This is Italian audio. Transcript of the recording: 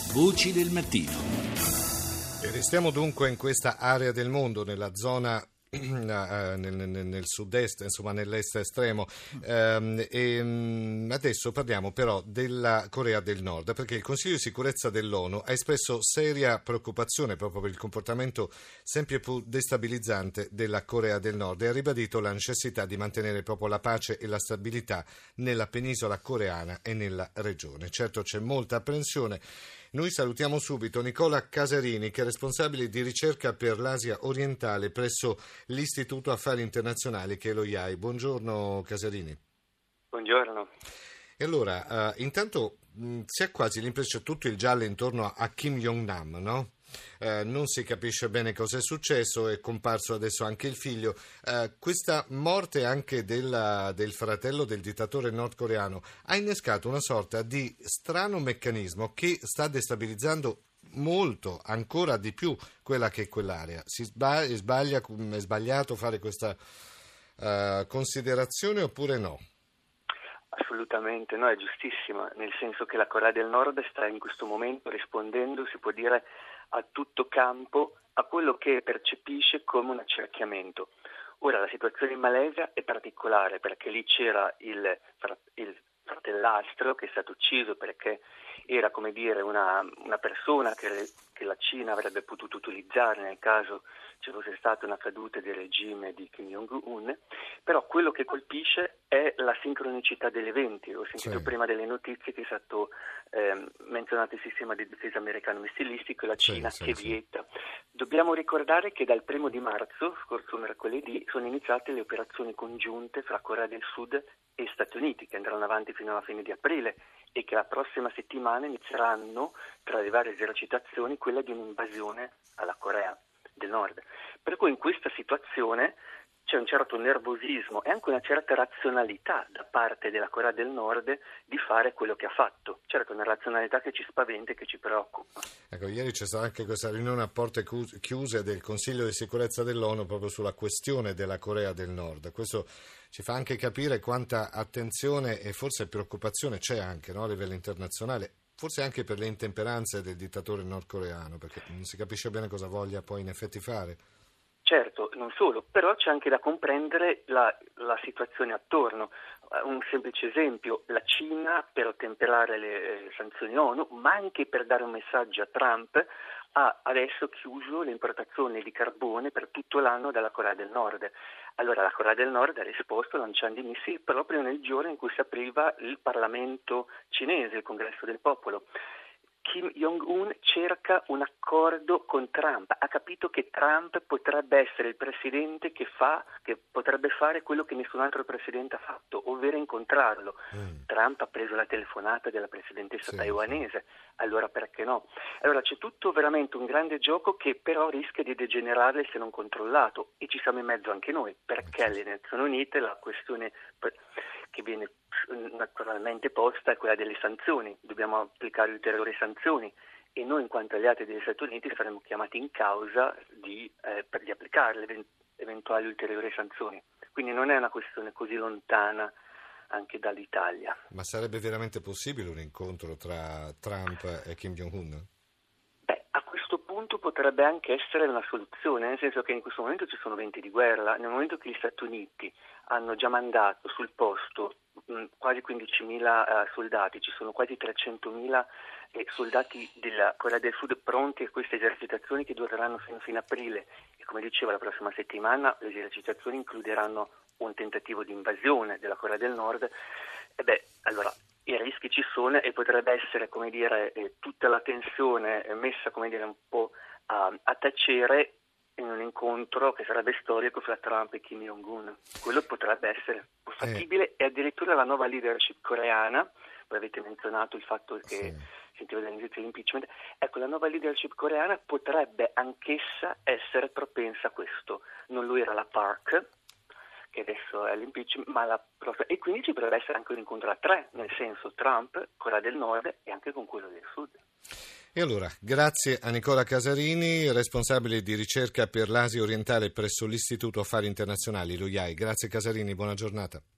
Voci del mattino. E restiamo dunque in questa area del mondo, nella zona nel sud-est, insomma nell'est estremo, adesso parliamo però della Corea del Nord, perché il Consiglio di sicurezza dell'ONU ha espresso seria preoccupazione proprio per il comportamento sempre più destabilizzante della Corea del Nord e ha ribadito la necessità di mantenere proprio la pace e la stabilità nella penisola coreana e nella regione. Certo, c'è molta apprensione. Noi salutiamo subito Nicola Casarini, che è responsabile di ricerca per l'Asia orientale presso l'Istituto Affari Internazionali, che è lo IAI. Buongiorno Casarini. Buongiorno. E allora, intanto si ha quasi l'impressione, tutto il giallo intorno a Kim Jong-nam, no? Non si capisce bene cosa è successo, è comparso adesso anche il figlio. Questa morte anche del fratello del dittatore nordcoreano ha innescato una sorta di strano meccanismo che sta destabilizzando molto, ancora di più, quella che è quell'area. È sbagliato fare questa considerazione oppure no? Assolutamente, no, è giustissima, nel senso che la Corea del Nord sta in questo momento rispondendo, si può dire, a tutto campo a quello che percepisce come un accerchiamento. Ora, la situazione in Malesia è particolare perché lì c'era il fratellastro che è stato ucciso perché era, come dire, una persona che la Cina avrebbe potuto utilizzare nel caso ci fosse stata una caduta del regime di Kim Jong-un, però quello che colpisce è la sincronicità degli eventi. Ho sentito prima delle notizie che è stato menzionato il sistema di difesa americano missilistico e la Cina che vieta. Dobbiamo ricordare che dal 1 di marzo, scorso mercoledì, sono iniziate le operazioni congiunte fra Corea del Sud e Stati Uniti, che andranno avanti fino alla fine di aprile e che la prossima settimana inizieranno, tra le varie esercitazioni, quella di un'invasione alla Corea del Nord. Per cui in questa situazione c'è un certo nervosismo e anche una certa razionalità da parte della Corea del Nord di fare quello che ha fatto. Certo, una razionalità che ci spaventa e che ci preoccupa. Ecco, ieri c'è stata anche questa riunione a porte chiuse del Consiglio di sicurezza dell'ONU proprio sulla questione della Corea del Nord. Questo ci fa anche capire quanta attenzione e forse preoccupazione c'è anche, no, a livello internazionale, forse anche per le intemperanze del dittatore nordcoreano, perché non si capisce bene cosa voglia poi in effetti fare. Certo, non solo, però c'è anche da comprendere la situazione attorno. Un semplice esempio, la Cina, per ottemperare le sanzioni ONU, ma anche per dare un messaggio a Trump, ha adesso chiuso le importazioni di carbone per tutto l'anno dalla Corea del Nord. Allora la Corea del Nord ha risposto lanciando i missili proprio nel giorno in cui si apriva il Parlamento cinese, il Congresso del Popolo. Kim Jong-un cerca un accordo con Trump, ha capito che Trump potrebbe essere il presidente che potrebbe fare quello che nessun altro presidente ha fatto, ovvero incontrarlo. Trump ha preso la telefonata della presidentessa taiwanese, allora perché no? Allora c'è tutto veramente un grande gioco che però rischia di degenerare se non controllato e ci siamo in mezzo anche noi, perché alle Nazioni Unite la questione che viene naturalmente posta è quella delle sanzioni, dobbiamo applicare ulteriori sanzioni e noi in quanto alleati degli Stati Uniti saremo chiamati in causa per applicare le eventuali ulteriori sanzioni, quindi non è una questione così lontana anche dall'Italia. Ma sarebbe veramente possibile un incontro tra Trump e Kim Jong-un? A questo punto potrebbe anche essere una soluzione, nel senso che in questo momento ci sono venti di guerra, nel momento che gli Stati Uniti hanno già mandato sul posto quasi 15.000 soldati, ci sono quasi 300.000 soldati della Corea del Sud pronti a queste esercitazioni che dureranno fino a aprile e come dicevo la prossima settimana le esercitazioni includeranno un tentativo di invasione della Corea del Nord, allora i rischi ci sono e potrebbe essere, come dire, tutta la tensione messa, come dire, un po' a tacere in un incontro che sarebbe storico fra Trump e Kim Jong-un. Quello potrebbe essere fattibile e addirittura la nuova leadership coreana, voi avete menzionato il fatto che sentiva dall'inizio dell'impeachment, ecco la nuova leadership coreana potrebbe anch'essa essere propensa a questo. Non lo era la Park, che adesso è l'impeachment, e quindi ci potrebbe essere anche un incontro a tre, nel senso Trump, Corea del Nord e anche con quello del Sud. E allora, grazie a Nicola Casarini, responsabile di ricerca per l'Asia orientale presso l'Istituto Affari Internazionali, lo IAI. Grazie Casarini, buona giornata.